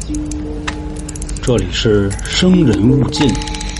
这里是生人勿近。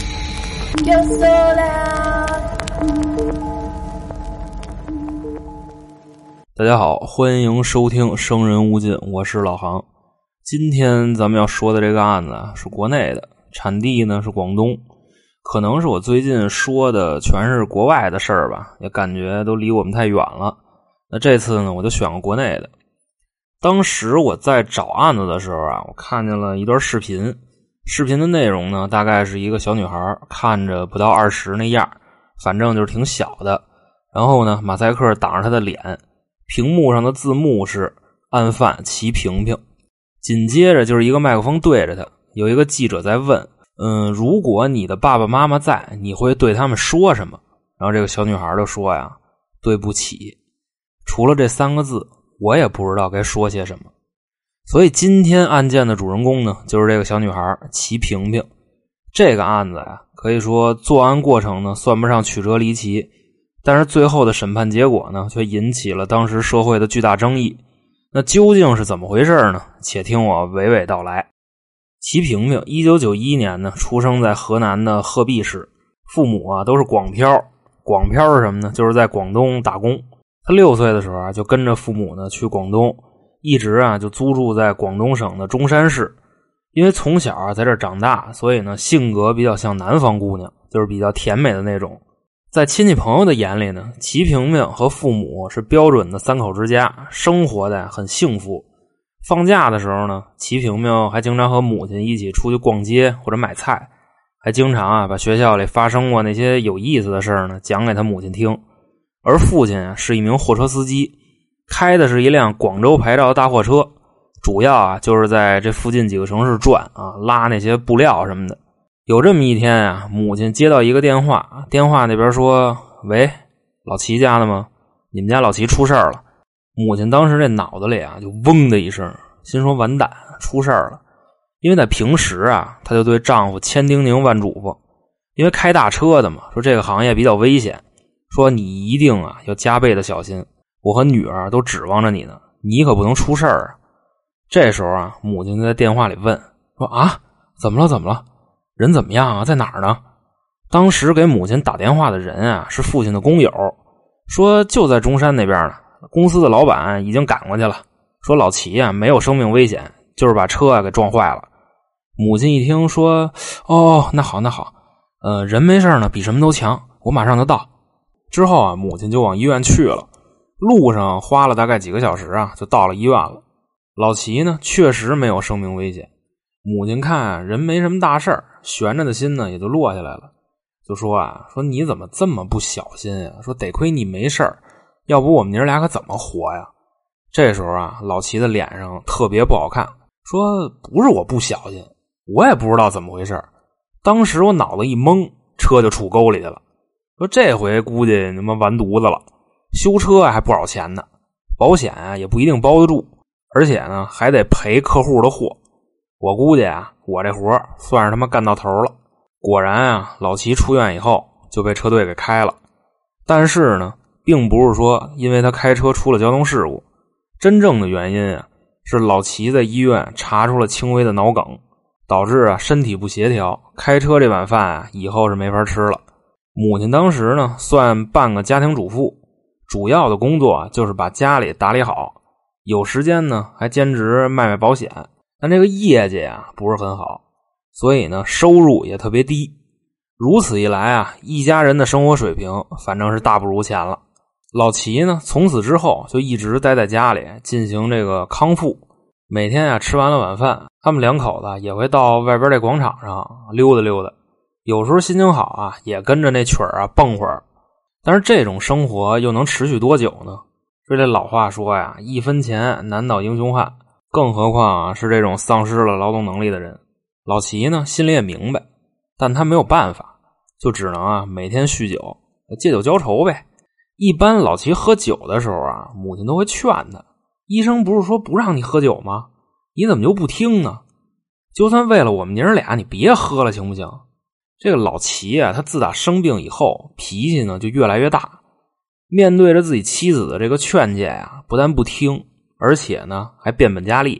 大家好，欢迎收听生人勿近，我是老航。今天咱们要说的这个案子是国内的，产地呢是广东。可能是我最近说的全是国外的事儿吧，也感觉都离我们太远了。那这次呢，我就选个国内的。当时我在找案子的时候啊，我看见了一段视频。视频的内容呢，大概是一个小女孩，看着不到20那样，反正就是挺小的。然后呢，马赛克挡着她的脸，屏幕上的字幕是案犯齐萍萍。紧接着就是一个麦克风对着她，有一个记者在问，如果你的爸爸妈妈在，你会对他们说什么？然后这个小女孩就说呀，对不起。除了这3个字，我也不知道该说些什么。所以今天案件的主人公呢，就是这个小女孩齐萍萍。这个案子呀，可以说作案过程呢算不上曲折离奇，但是最后的审判结果呢，却引起了当时社会的巨大争议。那究竟是怎么回事呢？且听我娓娓道来。齐萍萍1991年呢，出生在河南的鹤壁市，父母啊都是广漂。广漂是什么呢？就是在广东打工。他6岁的时候啊，就跟着父母呢去广东。一直啊就租住在广东省的中山市，因为从小啊在这儿长大，所以呢性格比较像南方姑娘，就是比较甜美的那种。在亲戚朋友的眼里呢，齐萍萍和父母是标准的3口之家，生活的很幸福。放假的时候呢，齐萍萍还经常和母亲一起出去逛街或者买菜，还经常啊把学校里发生过那些有意思的事儿呢讲给他母亲听。而父亲啊是一名货车司机，开的是一辆广州牌照大货车，主要啊就是在这附近几个城市转啊，拉那些布料什么的。有这么一天啊，母亲接到一个电话，电话那边说：“喂，老齐家的吗？你们家老齐出事儿了。”母亲当时这脑子里啊就嗡的一声，心说完蛋，出事儿了。因为在平时啊，她就对丈夫千叮咛万嘱咐，因为开大车的嘛，说这个行业比较危险，说你一定啊要加倍的小心。我和女儿都指望着你呢，你可不能出事儿啊！这时候啊，母亲在电话里问说：“啊，怎么了？人怎么样啊？在哪儿呢？”当时给母亲打电话的人啊，是父亲的工友，说就在中山那边呢。公司的老板已经赶过去了，说老齐啊没有生命危险，就是把车啊给撞坏了。母亲一听说：“哦，那好，人没事呢，比什么都强，我马上就到。”之后啊，母亲就往医院去了。路上花了大概几个小时啊，就到了医院了。老齐呢，确实没有生命危险。母亲看人没什么大事儿，悬着的心呢也就落下来了，就说你怎么这么不小心呀？说得亏你没事儿，要不我们娘俩可怎么活呀？这时候啊，老齐的脸上特别不好看，说不是我不小心，我也不知道怎么回事，当时我脑子一懵，车就杵沟里去了。说这回估计他妈完犊子了。修车还不少钱呢，保险啊也不一定包得住，而且呢还得赔客户的货。我估计啊，我这活算是他妈干到头了。果然啊，老齐出院以后就被车队给开了。但是呢，并不是说因为他开车出了交通事故，真正的原因啊是老齐在医院查出了轻微的脑梗，导致啊身体不协调，开车这碗饭啊以后是没法吃了。母亲当时呢算半个家庭主妇。主要的工作就是把家里打理好，有时间呢还兼职卖保险，但这个业绩啊不是很好，所以呢收入也特别低。如此一来啊，一家人的生活水平反正是大不如前了。老齐呢从此之后就一直待在家里进行这个康复，每天啊吃完了晚饭，他们2口子也会到外边这广场上溜达溜达，有时候心情好啊也跟着那曲儿啊蹦会儿。但是这种生活又能持续多久呢？这老话说呀，1分钱难倒英雄汉，更何况啊是这种丧失了劳动能力的人。老齐呢心里也明白，但他没有办法，就只能啊每天酗酒，借酒浇愁呗。一般老齐喝酒的时候啊，母亲都会劝他，医生不是说不让你喝酒吗？你怎么就不听呢？就算为了我们娘俩，你别喝了行不行？这个老齐啊，他自打生病以后，脾气呢就越来越大。面对着自己妻子的这个劝诫啊，不但不听，而且呢还变本加厉。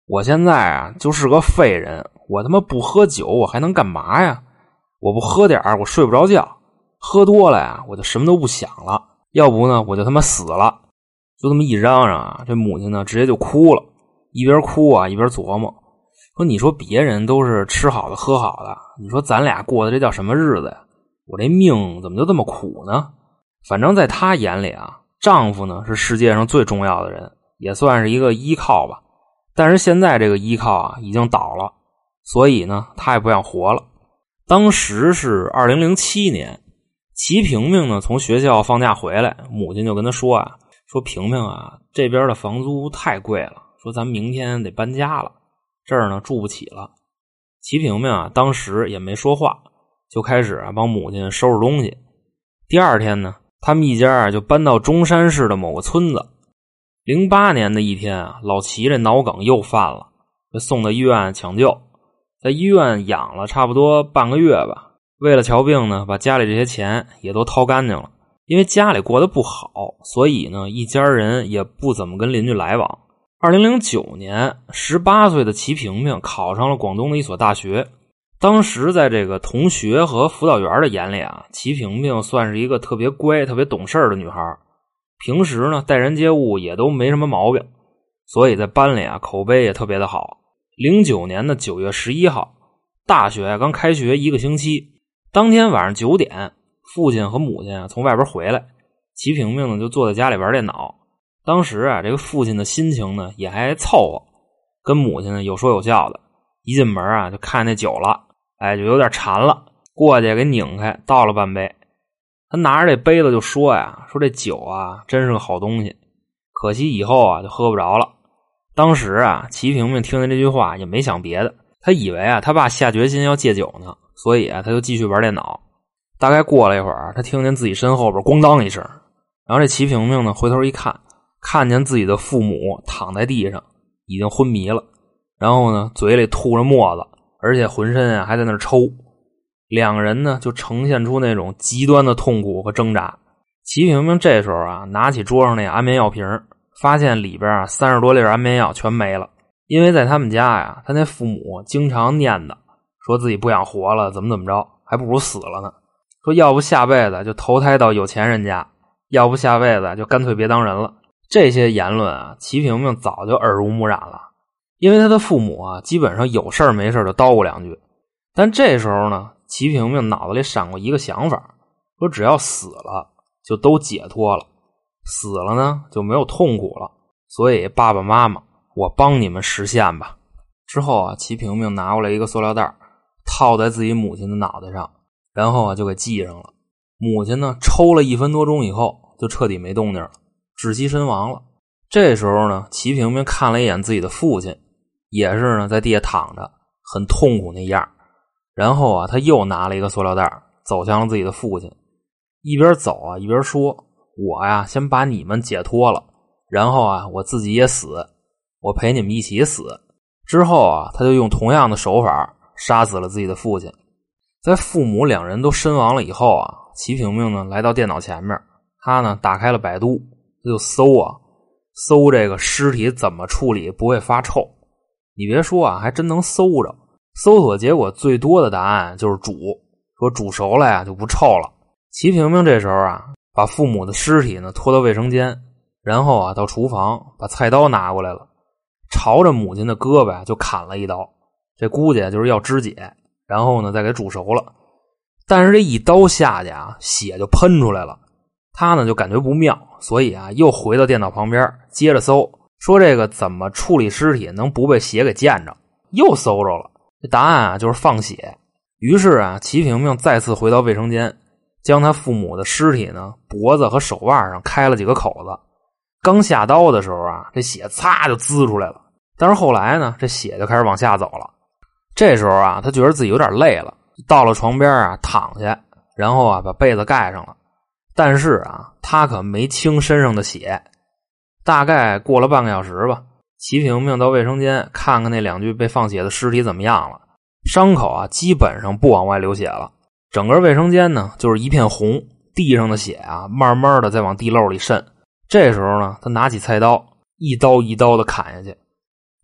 我现在啊就是个废人，我他妈不喝酒我还能干嘛呀？我不喝点我睡不着觉，喝多了呀我就什么都不想了，要不呢我就他妈死了。就这么一嚷嚷啊，这母亲呢直接就哭了，一边哭啊一边琢磨，说你说别人都是吃好的喝好的，你说咱俩过的这叫什么日子呀？我这命怎么就这么苦呢？反正在她眼里啊，丈夫呢是世界上最重要的人，也算是一个依靠吧。但是现在这个依靠啊已经倒了，所以呢她也不想活了。当时是2007年，齐萍萍呢从学校放假回来，母亲就跟她说啊，说萍萍啊，这边的房租太贵了，说咱明天得搬家了，这儿呢住不起了。齐萍萍啊当时也没说话，就开始啊帮母亲收拾东西。第二天呢，他们一家啊就搬到中山市的某个村子。08年的一天啊，老齐这脑梗又犯了，被送到医院抢救，在医院养了差不多半个月吧。为了瞧病呢，把家里这些钱也都掏干净了。因为家里过得不好，所以呢一家人也不怎么跟邻居来往。2009年18岁的齐萍萍考上了广东的一所大学。当时在这个同学和辅导员的眼里啊，齐萍萍算是一个特别乖特别懂事的女孩，平时呢待人接物也都没什么毛病，所以在班里啊口碑也特别的好。09年的9月11号，大学刚开学1个星期，当天晚上9点，父亲和母亲啊从外边回来，齐萍萍呢就坐在家里玩电脑。当时啊这个父亲的心情呢也还凑合，跟母亲呢有说有笑的。一进门啊就看那酒了，就有点馋了，过去给拧开倒了半杯。他拿着这杯子就说呀，说这酒啊真是个好东西，可惜以后啊就喝不着了。当时啊齐萍萍听见这句话也没想别的，他以为啊他爸下决心要戒酒呢，所以啊他就继续玩电脑。大概过了一会儿，他听见自己身后边咣当一声，然后这齐萍萍呢回头一看，看见自己的父母躺在地上已经昏迷了，然后呢嘴里吐着沫子，而且浑身啊还在那儿抽。两个人呢就呈现出那种极端的痛苦和挣扎。齐萍萍这时候啊拿起桌上那安眠药瓶，发现里边啊30多粒安眠药全没了。因为在他们家呀，他那父母经常念叨，说自己不想活了，怎么着，还不如死了呢。说要不下辈子就投胎到有钱人家，要不下辈子就干脆别当人了。这些言论啊齐萍萍早就耳濡目染了，因为他的父母啊基本上有事没事就叨咕两句。但这时候呢齐萍萍脑子里闪过一个想法，说只要死了就都解脱了，死了呢就没有痛苦了，所以爸爸妈妈我帮你们实现吧。之后啊齐萍萍拿过来一个塑料袋套在自己母亲的脑袋上，然后啊就给系上了。母亲呢抽了1分多钟以后就彻底没动静了，窒息身亡了。这时候呢齐萍萍看了一眼自己的父亲，也是呢在地下躺着很痛苦那样。然后啊他又拿了一个塑料袋走向了自己的父亲，一边走啊一边说，我呀先把你们解脱了，然后啊我自己也死，我陪你们一起死。之后啊他就用同样的手法杀死了自己的父亲。在父母两人都身亡了以后啊，齐萍萍呢来到电脑前面，他呢打开了百度，就搜这个尸体怎么处理不会发臭。你别说啊还真能搜着，搜索结果最多的答案就是煮，说煮熟了呀就不臭了。齐萍萍这时候啊把父母的尸体呢拖到卫生间，然后啊到厨房把菜刀拿过来了，朝着母亲的胳膊就砍了一刀，这估计就是要肢解，然后呢再给煮熟了。但是这一刀下去啊血就喷出来了，他呢就感觉不妙，所以啊又回到电脑旁边接着搜，说这个怎么处理尸体能不被血给溅着，又搜着了，这答案啊就是放血。于是啊齐萍萍再次回到卫生间，将他父母的尸体呢脖子和手腕上开了几个口子。刚下刀的时候啊这血擦就滋出来了，但是后来呢这血就开始往下走了。这时候啊他觉得自己有点累了，到了床边啊躺下，然后啊把被子盖上了。但是啊他可没清身上的血。大概过了半个小时吧，齐萍萍到卫生间看看那2具被放血的尸体怎么样了，伤口啊基本上不往外流血了，整个卫生间呢就是一片红，地上的血啊慢慢的在往地漏里渗。这时候呢他拿起菜刀一刀一刀的砍下去。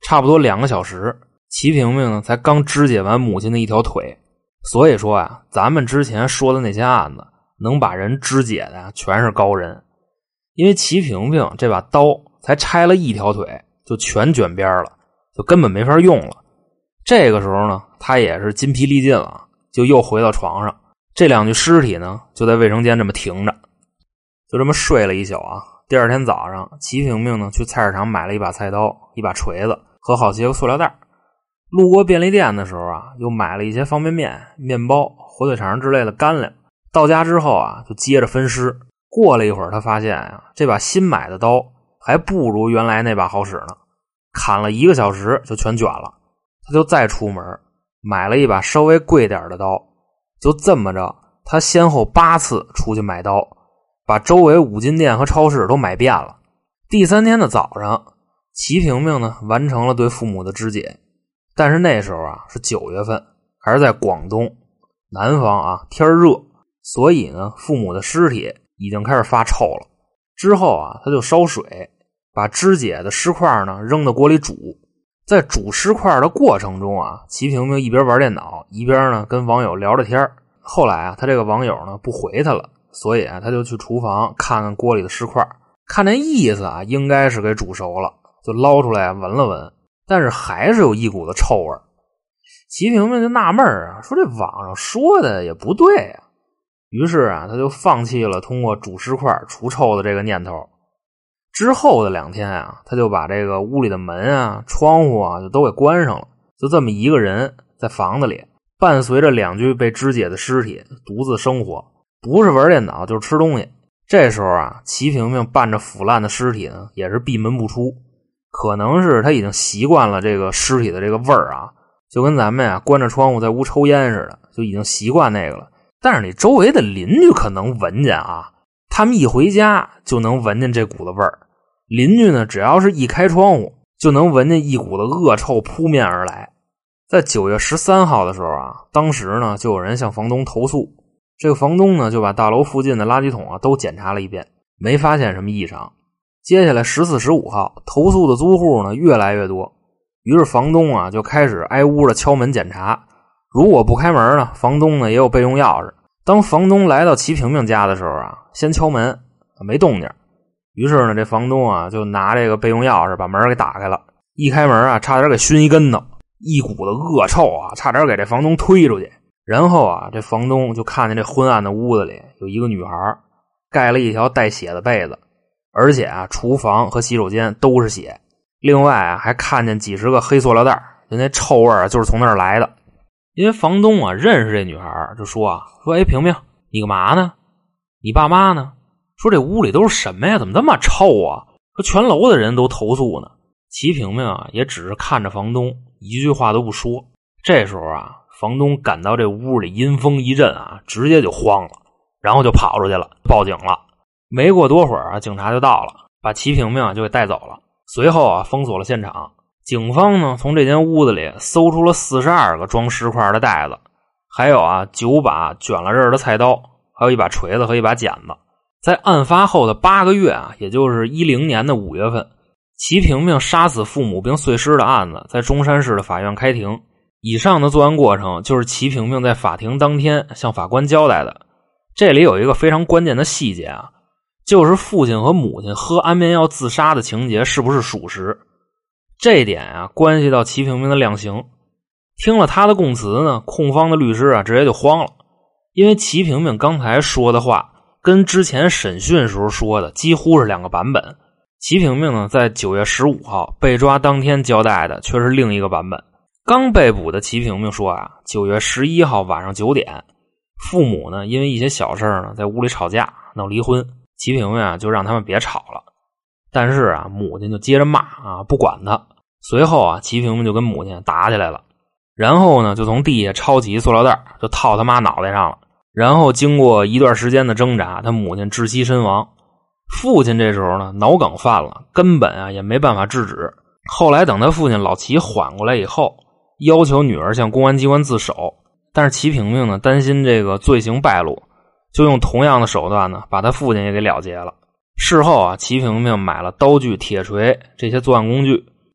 差不多2个小时，齐平平呢才刚肢解完母亲的一条腿。所以说啊，咱们之前说的那些案子能把人肢解的全是高人，因为齐平平这把刀才拆了一条腿就全卷边了，就根本没法用了。这个时候呢，他也是筋疲力尽了，就又回到床上，这2具尸体呢就在卫生间这么停着，就这么睡了一宿啊。第二天早上，齐平平呢去菜市场买了一把菜刀、一把锤子和好些个塑料袋。路过便利店的时候啊，又买了一些方便面、面包、火腿肠之类的干粮。到家之后啊，就接着分尸。过了一会儿，他发现啊，这把新买的刀还不如原来那把好使呢，砍了1个小时就全卷了。他就再出门买了一把稍微贵点的刀。就这么着，他先后8次出去买刀，把周围五金店和超市都买遍了。第3天的早上，齐平平呢完成了对父母的肢解。但是那时候啊是9月份，还是在广东南方啊，天热，所以呢父母的尸体已经开始发臭了。之后啊他就烧水，把肢解的尸块呢扔到锅里煮。在煮尸块的过程中啊，齐平平一边玩电脑一边呢跟网友聊着天。后来啊他这个网友呢不回他了，所以啊他就去厨房看看锅里的尸块，看那意思啊应该是给煮熟了，就捞出来闻了闻，但是还是有一股子臭味。齐平平就纳闷啊，说这网上说的也不对啊。于是啊他就放弃了通过煮尸块除臭的这个念头。之后的2天啊，他就把这个屋里的门啊、窗户啊就都给关上了，就这么一个人在房子里，伴随着2具被肢解的尸体独自生活，不是玩电脑就是吃东西。这时候啊，齐平平伴着腐烂的尸体呢，也是闭门不出。可能是他已经习惯了这个尸体的这个味儿啊，就跟咱们啊关着窗户在屋抽烟似的，就已经习惯那个了。但是你周围的邻居可能闻见啊，他们一回家就能闻见这股子味儿。邻居呢，只要是一开窗户，就能闻见一股子恶臭扑面而来。在9月13号的时候啊，当时呢就有人向房东投诉，这个房东呢就把大楼附近的垃圾桶啊都检查了一遍，没发现什么异常。接下来14、15号，投诉的租户呢越来越多，于是房东啊就开始挨屋的敲门检查。如果不开门呢，房东呢也有备用钥匙。当房东来到齐平平家的时候啊，先敲门，没动静。于是呢，这房东啊就拿这个备用钥匙把门给打开了。一开门啊，差点给熏一跟头，一股子恶臭啊，差点给这房东推出去。然后啊，这房东就看见这昏暗的屋子里有一个女孩盖了一条带血的被子，而且啊，厨房和洗手间都是血。另外啊，还看见几十个黑塑料袋，就那臭味啊，就是从那儿来的。因为房东啊认识这女孩，就说哎，平平，你干嘛呢？你爸妈呢？说这屋里都是什么呀？怎么这么臭啊？说全楼的人都投诉呢。齐平平啊也只是看着房东，一句话都不说。这时候啊，房东感到这屋里阴风一阵啊，直接就慌了，然后就跑出去了，报警了。没过多会儿啊，警察就到了，把齐平平就给带走了。随后啊，封锁了现场。警方呢从这间屋子里搜出了42个装尸块的袋子，还有啊9把卷了刃的菜刀，还有一把锤子和一把剪子。在案发后的8个月啊，也就是10年的5月份，齐平平杀死父母并碎尸的案子在中山市的法院开庭。以上的作案过程就是齐平平在法庭当天向法官交代的。这里有一个非常关键的细节啊，就是父亲和母亲喝安眠药自杀的情节是不是属实。这一点啊，关系到齐平平的量刑。听了他的供词呢，控方的律师啊直接就慌了，因为齐平平刚才说的话跟之前审讯时候说的几乎是2个版本。齐平平呢在9月15号被抓当天交代的却是另一个版本。刚被捕的齐平平说啊，9月11号晚上9点，父母呢因为一些小事呢在屋里吵架闹离婚，齐平平啊就让他们别吵了。但是啊母亲就接着骂啊，不管他。随后啊齐平平就跟母亲打起来了，然后呢就从地下抄起塑料袋就套他妈脑袋上了。然后经过一段时间的挣扎，他母亲窒息身亡。父亲这时候呢脑梗犯了，根本啊也没办法制止。后来等他父亲老齐缓过来以后，要求女儿向公安机关自首，但是齐平平呢担心这个罪行败露，就用同样的手段呢把他父亲也给了结了。事后啊，齐平平买了刀具、铁锤这些作案工具，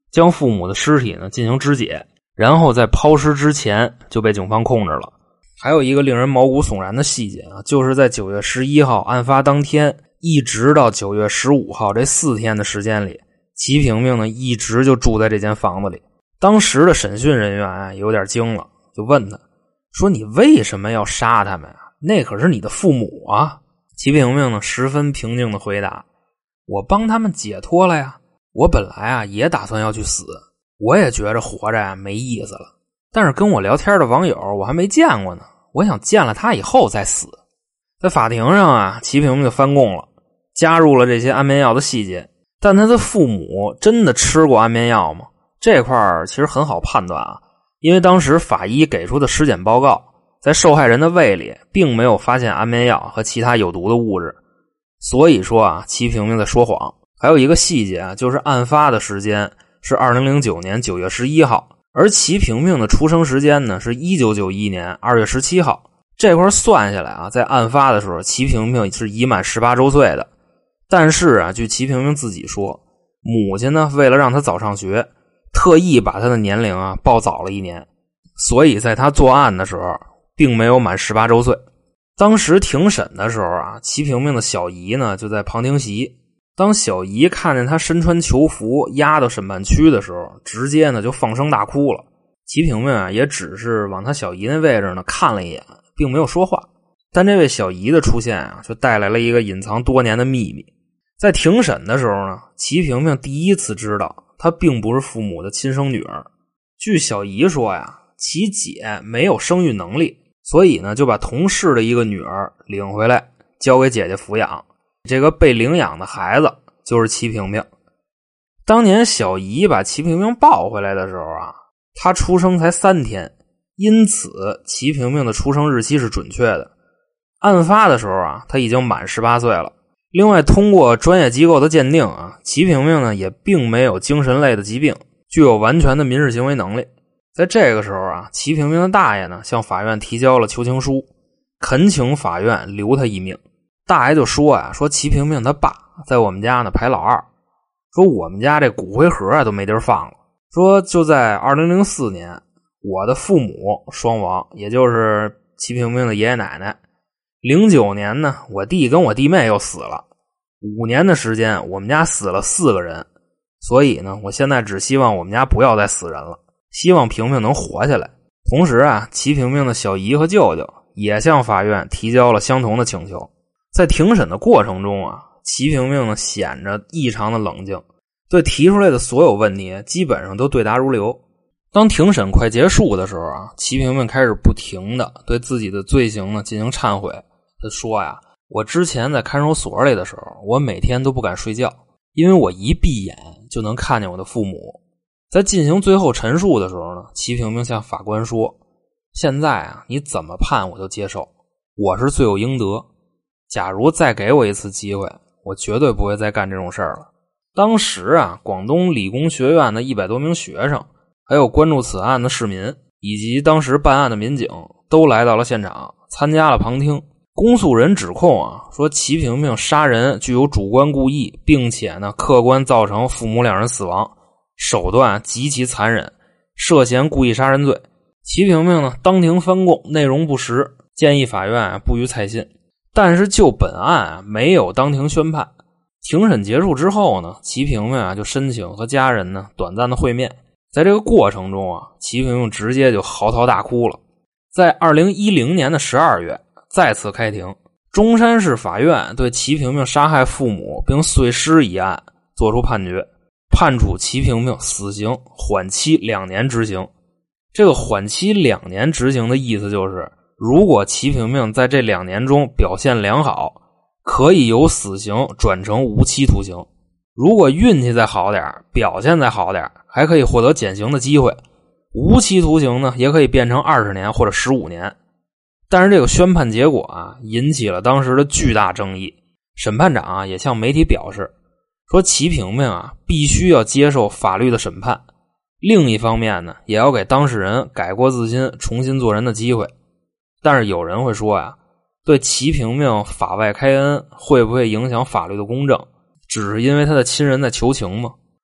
将父母的尸体呢进行肢解，然后在抛尸之前就被警方控制了。还有一个令人毛骨悚然的细节啊，就是在9月11号案发当天一直到9月15号这4天的时间里，齐萍萍呢一直就住在这间房子里。当时的审讯人员啊有点惊了，就问他说：“你为什么要杀他们啊？那可是你的父母啊！”齐萍萍呢十分平静的回答：“我帮他们解脱了呀，我本来啊也打算要去死，我也觉着活着啊没意思了。但是跟我聊天的网友我还没见过呢，我想见了他以后再死。”在法庭上啊，齐萍萍就翻供了，加入了这些安眠药的细节。但他的父母真的吃过安眠药吗？这块其实很好判断啊，因为当时法医给出的尸检报告，在受害人的胃里并没有发现安眠药和其他有毒的物质。所以说啊，齐萍萍在说谎。还有一个细节啊，就是案发的时间是2009年9月11号，而齐萍萍的出生时间呢是1991年2月17号。这块算下来啊，在案发的时候，齐萍萍是已满18周岁的。但是啊，据齐萍萍自己说，母亲呢为了让她早上学，特意把她的年龄啊报早了1年，所以在她作案的时候并没有满18周岁。当时庭审的时候啊，齐萍萍的小姨呢就在旁听席。当小姨看见她身穿囚服押到审判区的时候，直接呢就放声大哭了。齐萍萍啊也只是往她小姨那位置呢看了一眼，并没有说话。但这位小姨的出现啊，就带来了一个隐藏多年的秘密。在庭审的时候呢，齐萍萍第一次知道她并不是父母的亲生女儿。据小姨说呀，其姐没有生育能力，所以呢就把同事的一个女儿领回来交给姐姐抚养。这个被领养的孩子就是齐萍萍。当年小姨把齐萍萍抱回来的时候啊，她出生才3天，因此齐萍萍的出生日期是准确的。案发的时候啊，她已经满18岁了。另外，通过专业机构的鉴定啊，齐萍萍呢也并没有精神类的疾病，具有完全的民事行为能力。在这个时候啊，齐萍萍的大爷呢向法院提交了求情书，恳请法院留他一命。大爷就说啊，说齐萍萍他爸在我们家呢排老2，说我们家这骨灰盒啊都没地儿放了。说就在2004年，我的父母双亡，也就是齐萍萍的爷爷奶奶。09年呢，我弟跟我弟妹又死了。5年的时间，我们家死了4个人。所以呢，我现在只希望我们家不要再死人了，希望萍萍能活下来。同时啊，齐萍萍的小姨和舅舅也向法院提交了相同的请求。在庭审的过程中啊，齐萍萍呢显着异常的冷静，对提出来的所有问题基本上都对答如流。当庭审快结束的时候啊，齐萍萍开始不停的对自己的罪行呢进行忏悔。他说呀，我之前在看守所里的时候，我每天都不敢睡觉，因为我一闭眼就能看见我的父母。在进行最后陈述的时候呢，齐萍萍向法官说，现在啊，你怎么判我都接受，我是罪有应得。假如再给我一次机会，我绝对不会再干这种事儿了。当时啊，广东理工学院的100多名学生，还有关注此案的市民，以及当时办案的民警都来到了现场，参加了旁听。公诉人指控啊，说齐萍萍杀人具有主观故意，并且呢客观造成父母2人死亡，手段极其残忍，涉嫌故意杀人罪。齐萍萍呢当庭翻供，内容不实，建议法院不予采信。但是就本案啊没有当庭宣判。庭审结束之后呢，齐萍萍啊就申请和家人呢短暂的会面。在这个过程中啊，齐萍萍直接就嚎啕大哭了。在2010年的12月再次开庭，中山市法院对齐萍萍杀害父母并碎尸一案作出判决，判处齐萍萍死刑，缓期2年执行。这个缓期2年执行的意思就是，如果齐萍萍在这2年中表现良好，可以由死刑转成无期徒刑。如果运气再好点，表现再好点，还可以获得减刑的机会。无期徒刑呢，也可以变成20年或者15年。但是这个宣判结果啊，引起了当时的巨大争议。审判长啊，也向媒体表示，说齐萍萍啊，必须要接受法律的审判。另一方面呢，也要给当事人改过自新、重新做人的机会。但是有人会说呀，对齐萍萍法外开恩会不会影响法律的公正？只是因为他的亲人在求情吗？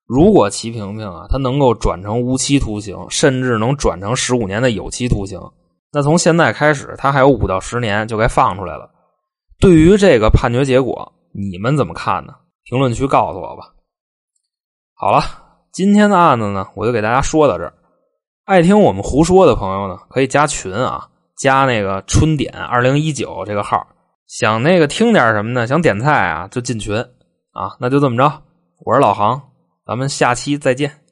如果齐萍萍啊，他能够转成无期徒刑，甚至能转成15年的有期徒刑，那从现在开始他还有5到10年就该放出来了。对于这个判决结果，你们怎么看呢？评论区告诉我吧。好了，今天的案子呢，我就给大家说到这儿。爱听我们胡说的朋友呢，可以加群啊，加那个春点2019这个号，想那个听点什么呢，想点菜啊就进群啊，那就这么着。我是老航，咱们下期再见。